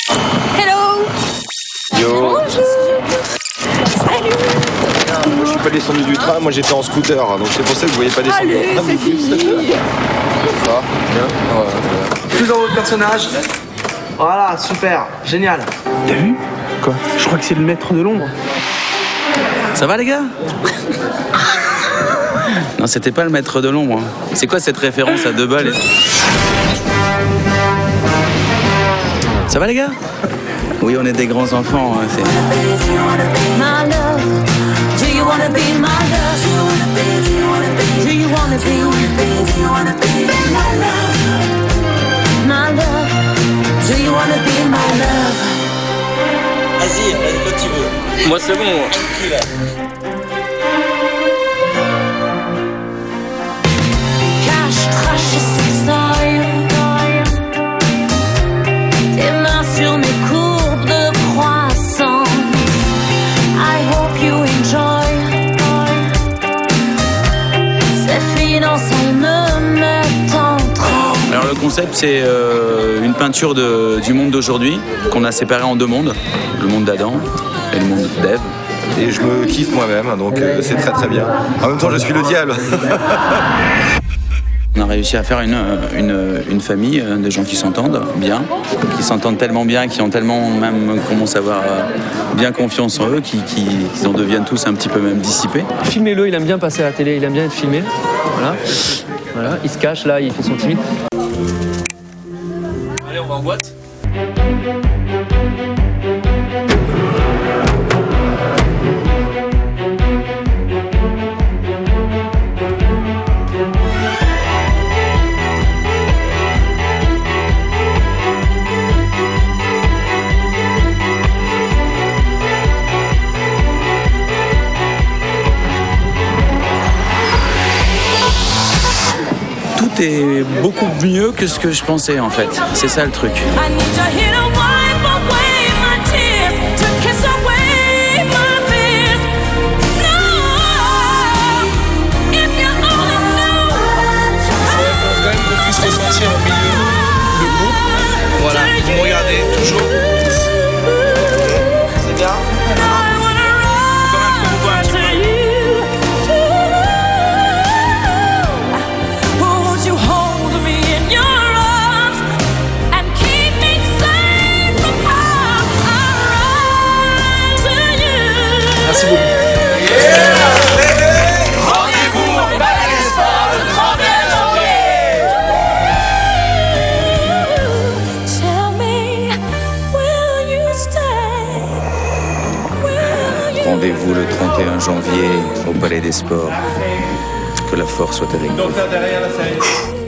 Hello. Yo. Bonjour. Salut. Moi, je suis pas descendu du train, moi j'étais en scooter, donc c'est pour ça que vous voyez pas descendre. Allez, c'est fini. Ah, bien. Ouais. Plus dans votre personnage. Voilà, super, génial. T'as vu? Quoi? Je crois que c'est le maître de l'ombre. Ça va les gars? Non, c'était pas le maître de l'ombre. C'est quoi cette référence à 2 balles? Ça va les gars? Oui, on est des grands enfants. Hein, Vas-y, quand tu veux. Moi c'est bon. Cache, trash, sextoy. Tes mains sur mes courbes de croissance. I hope you enjoy. Ces fiançailles me mettent en transe. Alors le concept c'est une peinture du monde d'aujourd'hui qu'on a séparé en 2 mondes, le monde d'Adam et le monde d'Ève. Et je me kiffe moi-même, donc c'est très très bien. En même temps, je suis le diable. On a réussi à faire une famille de gens qui s'entendent bien, qui s'entendent tellement bien, qui ont tellement même commencé à avoir bien confiance en eux, qui en deviennent tous un petit peu même dissipés. Filmez-le, il aime bien passer à la télé, il aime bien être filmé. Voilà, il se cache là, il fait son timide. Allez, on va en boîte. Tout est beaucoup mieux que ce que je pensais en fait. C'est ça le truc. I need you here to wipe away my tears, to kiss away my fears. No, if you only knew. Quand même qu'on puisse ressentir au milieu le groupe. Voilà, vous me regardez toujours. C'est bien. I wanna run to you. Won't you hold me in your arms and keep me safe from harm? I run to you. Merci beaucoup. Tell me, will you stay? Will you? Rendez-vous le 31 janvier au Palais des Sports. Que la force soit avec vous. Donc là derrière la série.